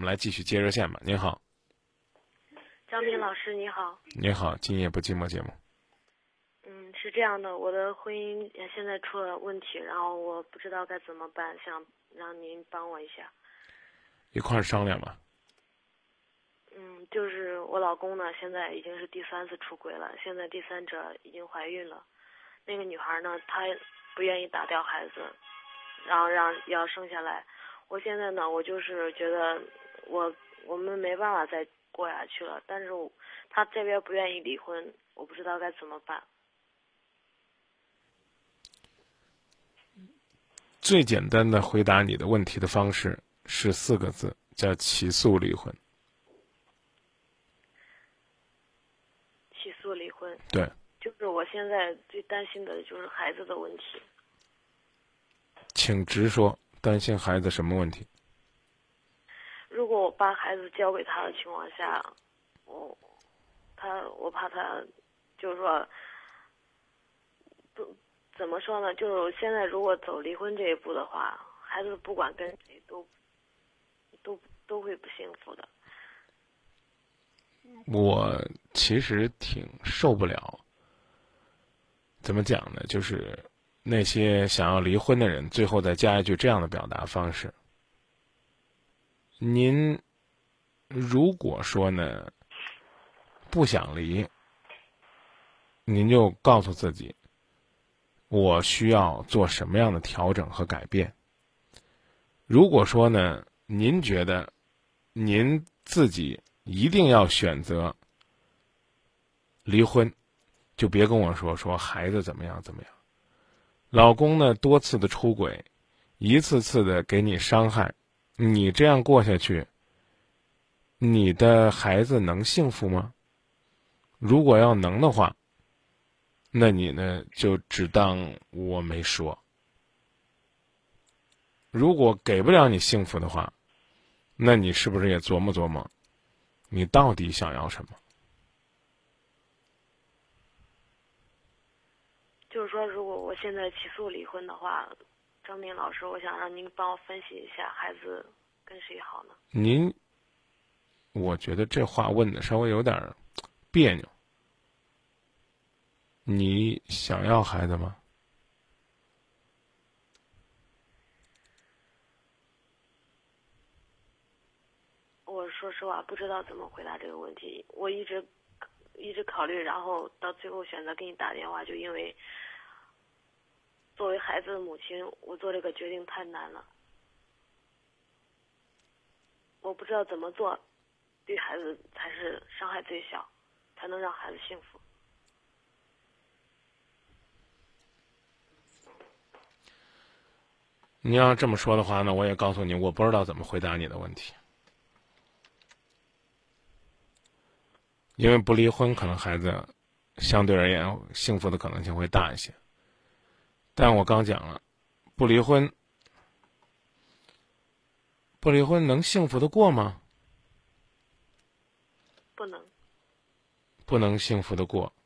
们来继续接热线吧。您好， 张斌老师，你好。 你好，今夜不寂寞节目。 是这样的，我的婚姻现在出了问题，然后我不知道该怎么办，想让您帮我一下。 一块儿商量吧。 就是我老公呢，现在已经是第3次出轨了，现在第三者已经怀孕了。那个女孩呢，她不愿意打掉孩子，然后要生下来。我现在呢，我就是觉得我们没办法再过下去了，但是他这边不愿意离婚，我不知道该怎么办。 最简单的回答你的问题的方式是4个字，叫起诉离婚。 起诉离婚。 对。 就是我现在最担心的就是孩子的问题。 请直说，担心孩子什么问题？ 如果我把孩子交给他的情况下，我怕他，就是说，不怎么说呢？就是现在如果走离婚这一步的话，孩子不管跟谁都会不幸福的。 我其实挺受不了，怎么讲呢？就是那些想要离婚的人，最后再加一句这样的表达方式：您如果说呢不想离，您就告诉自己，我需要做什么样的调整和改变。如果说呢，您觉得您自己一定要选择离婚，就别跟我说孩子怎么样怎么样。老公呢多次的出轨，一次次的给你伤害，你这样过下去，你的孩子能幸福吗？如果要能的话，那你呢就只当我没说。如果给不了你幸福的话，那你是不是也琢磨琢磨，你到底想要什么？ 就是说，如果我现在起诉离婚的话，张明老师，我想让您帮我分析一下，孩子跟谁好呢？ 我觉得这话问的稍微有点别扭。你想要孩子吗？ 我说实话，不知道怎么回答这个问题。我一直考虑，然后到最后选择给你打电话，就因为作为孩子的母亲，我做这个决定太难了。我不知道怎么做，对孩子才是伤害最小，才能让孩子幸福。 你要这么说的话呢，我也告诉你，我不知道怎么回答你的问题。因为不离婚，可能孩子相对而言幸福的可能性会大一些。但我刚讲了，不离婚能幸福的过吗？ 不能。 不能幸福的过，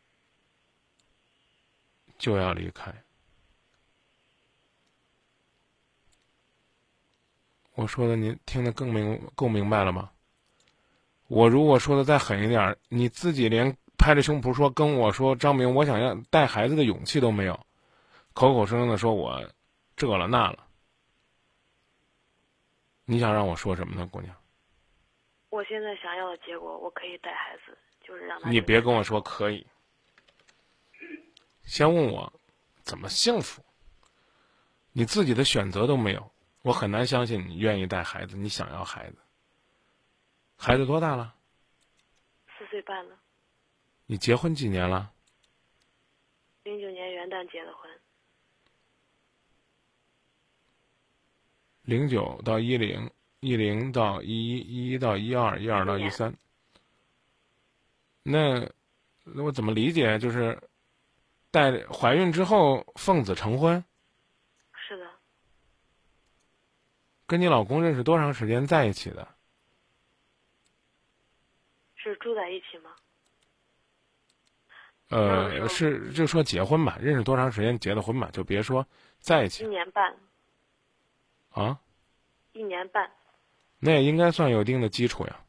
就要离开。我说的您听得够明白了吗？我如果说的再狠一点，你自己连拍着胸脯说跟我说张明，我想要带孩子的勇气都没有，口口声声的说我这了那了，你想让我说什么呢，姑娘？ 我现在想要的结果，我可以带孩子，就是让他。 你别跟我说可以，先问我怎么幸福。你自己的选择都没有，我很难相信你愿意带孩子，你想要孩子。孩子多大了 ？4岁半了。 你结婚几年了 ？09年元旦结的婚。 09到10，10到11，11到12，12到13。那我怎么理解？就是怀孕之后奉子成婚？ 是的。 跟你老公认识多长时间在一起的？ 是住在一起吗？ 就说结婚吧，认识多长时间结的婚吧，就别说在一起。 1年半。 啊？ 1年半。 那也应该算有一定的基础呀。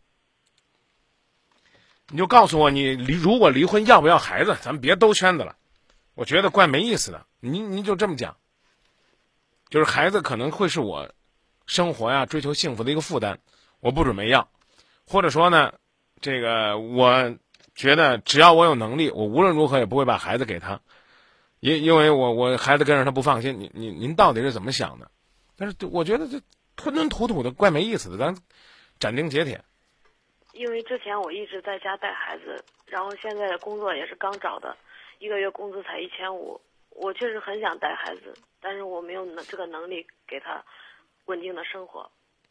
你就告诉我，你如果离婚要不要孩子？咱们别兜圈子了，我觉得怪没意思的。您就这么讲，就是孩子可能会是我生活呀、追求幸福的一个负担，我不准备要。或者说呢，这个我觉得只要我有能力，我无论如何也不会把孩子给他，因为我孩子跟着他不放心。您到底是怎么想的？但是我觉得这吞吞吐吐的怪没意思的，咱斩钉截铁。 因为之前我一直在家带孩子，然后现在的工作也是刚找的，1个月工资才1500，我确实很想带孩子，但是我没有这个能力给他稳定的生活。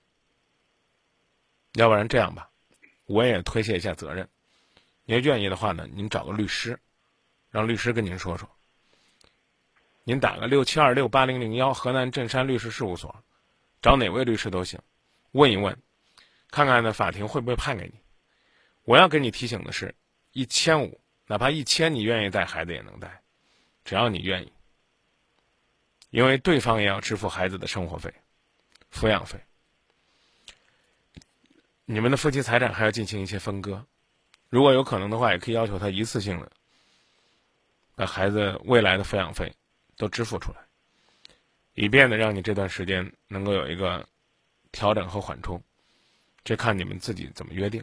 要不然这样吧，我也推卸一下责任。您愿意的话呢，您找个律师，让律师跟您说说。您打个67268001河南镇山律师事务所，找哪位律师都行，问一问，看看呢法庭会不会判给你。我要跟你提醒的是，1500，哪怕1000你愿意带孩子也能带，只要你愿意，因为对方也要支付孩子的生活费、抚养费。你们的夫妻财产还要进行一些分割，如果有可能的话，也可以要求他一次性的把孩子未来的抚养费都支付出来，以便呢让你这段时间能够有一个调整和缓冲，这看你们自己怎么约定。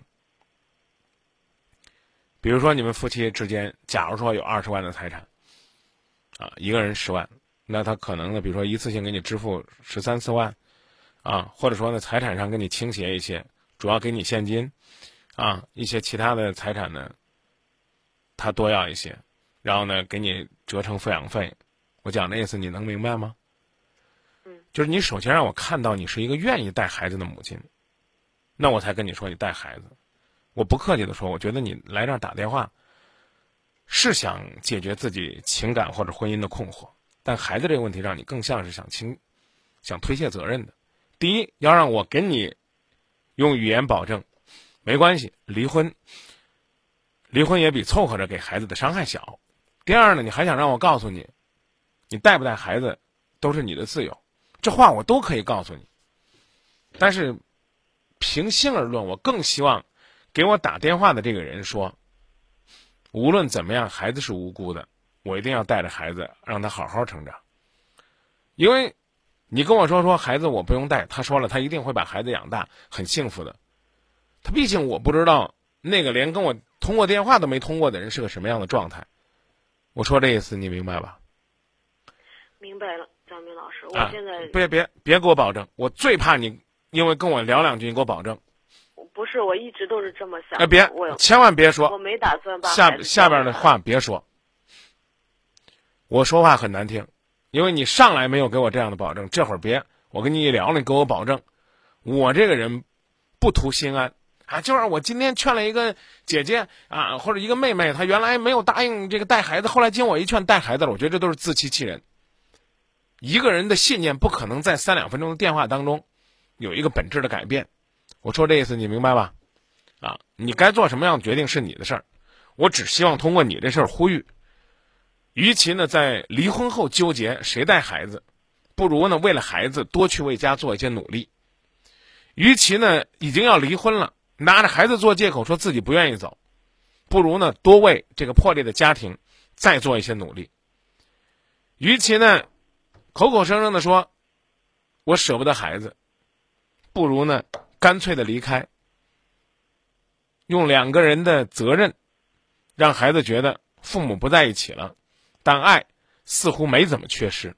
比如说你们夫妻之间，假如说有20万的财产，一个人10万，那他可能呢，比如说一次性给你支付13、14万，或者说呢财产上给你倾斜一些，主要给你现金，一些其他的财产呢，他多要一些，然后呢给你折成抚养费。我讲的意思你能明白吗？就是你首先让我看到你是一个愿意带孩子的母亲，那我才跟你说你带孩子。我不客气的说，我觉得你来这儿打电话是想解决自己情感或者婚姻的困惑，但孩子这个问题让你更像是想推卸责任的。第一，要让我给你用语言保证，没关系，离婚也比凑合着给孩子的伤害小。第二呢，你还想让我告诉你，你带不带孩子都是你的自由，这话我都可以告诉你。但是平心而论，我更希望给我打电话的这个人说，无论怎么样，孩子是无辜的，我一定要带着孩子让他好好成长。因为你跟我说孩子我不用带，他说了他一定会把孩子养大，很幸福的。他毕竟我不知道那个连跟我通过电话都没通过的人是个什么样的状态。我说这意思你明白吧？ 明白了，张明老师，我现在别给我保证，我最怕你因为跟我聊2句你给我保证。 不是，我一直都是这么想的。 千万别说， 我没打算把下边的话别说。我说话很难听，因为你上来没有给我这样的保证，这会儿我跟你一聊，你给我保证。我这个人不图心安就是我今天劝了一个姐姐或者一个妹妹，她原来没有答应这个带孩子，后来经我一劝带孩子了，我觉得这都是自欺欺人。一个人的信念不可能在3、2分钟的电话当中有一个本质的改变。我说这意思你明白吧？你该做什么样的决定是你的事儿，我只希望通过你这事儿呼吁，与其呢在离婚后纠结谁带孩子，不如呢为了孩子多去为家做一些努力。与其呢已经要离婚了，拿着孩子做借口说自己不愿意走，不如呢多为这个破裂的家庭再做一些努力。与其呢口口声声的说我舍不得孩子，不如呢干脆的离开，用2个人的责任让孩子觉得父母不在一起了，但爱似乎没怎么缺失。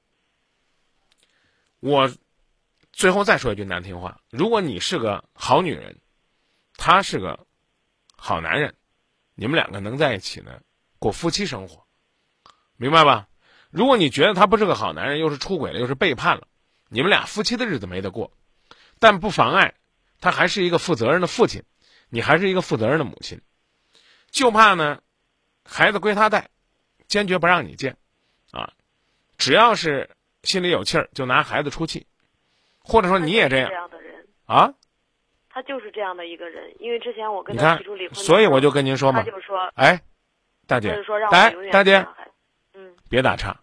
我最后再说一句难听话，如果你是个好女人，他是个好男人，你们2个能在一起呢过夫妻生活，明白吧？如果你觉得他不是个好男人，又是出轨了又是背叛了，你们俩夫妻的日子没得过，但不妨碍他还是一个负责任的父亲，你还是一个负责任的母亲。就怕呢孩子归他带，坚决不让你见只要是心里有气儿就拿孩子出气，或者说你也这样的人他就是这样的一个人。因为之前我跟他提出离婚， 所以我就跟您说嘛， 他就说大姐， 他就说让我永远大姐别打岔。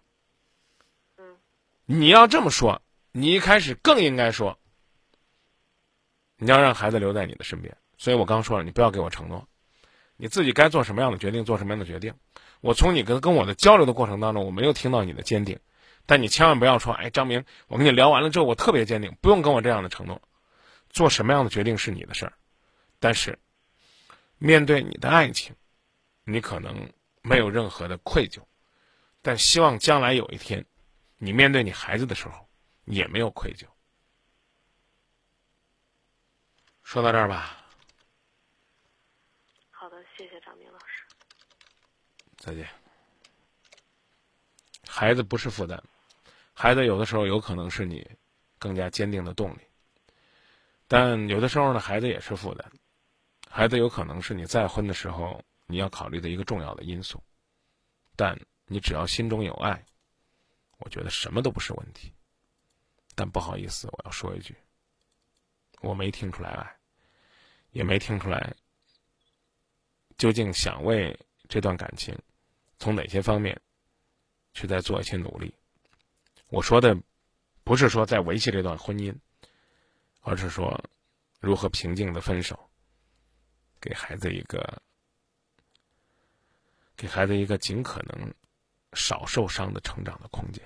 你要这么说，你一开始更应该说， 你要让孩子留在你的身边。所以我刚说了，你不要给我承诺，你自己该做什么样的决定做什么样的决定。我从你跟我的交流的过程当中，我没有听到你的坚定，但你千万不要说，哎，张明，我跟你聊完了之后我特别坚定，不用跟我这样的承诺。做什么样的决定是你的事儿，但是面对你的爱情，你可能没有任何的愧疚，但希望将来有一天，你面对你孩子的时候，也没有愧疚。说到这儿吧。 好的，谢谢张明老师。 再见。孩子不是负担，孩子有的时候有可能是你更加坚定的动力，但有的时候呢，孩子也是负担。孩子有可能是你再婚的时候你要考虑的一个重要的因素，但你只要心中有爱，我觉得什么都不是问题。但不好意思，我要说一句，我没听出来爱，也没听出来究竟想为这段感情从哪些方面去再做一些努力。我说的不是说在维系这段婚姻，而是说如何平静的分手，给孩子一个尽可能少受伤的成长的空间。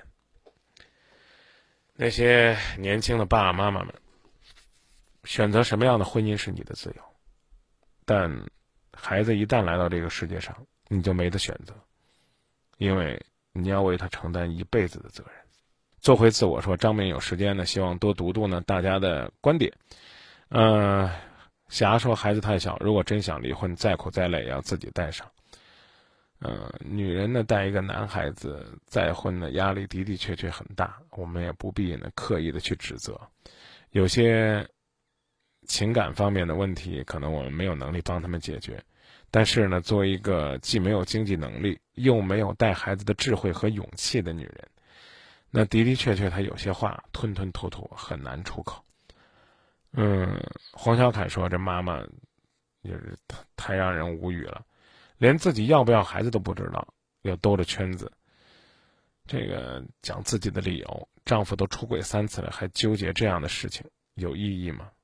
那些年轻的爸爸妈妈们，选择什么样的婚姻是你的自由，但孩子一旦来到这个世界上，你就没得选择，因为你要为他承担一辈子的责任。做回自我说，张明有时间呢，希望多读读呢大家的观点。霞说孩子太小，如果真想离婚，再苦再累也要自己带上。女人呢带一个男孩子再婚的压力的的确确很大，我们也不必呢刻意的去指责。有些情感方面的问题，可能我们没有能力帮他们解决，但是呢，作为一个既没有经济能力又没有带孩子的智慧和勇气的女人，那的的确确她有些话吞吞吐吐，很难出口。黄小凯说这妈妈也是太让人无语了，连自己要不要孩子都不知道，又兜着圈子，这个讲自己的理由，丈夫都出轨3次了，还纠结这样的事情，有意义吗？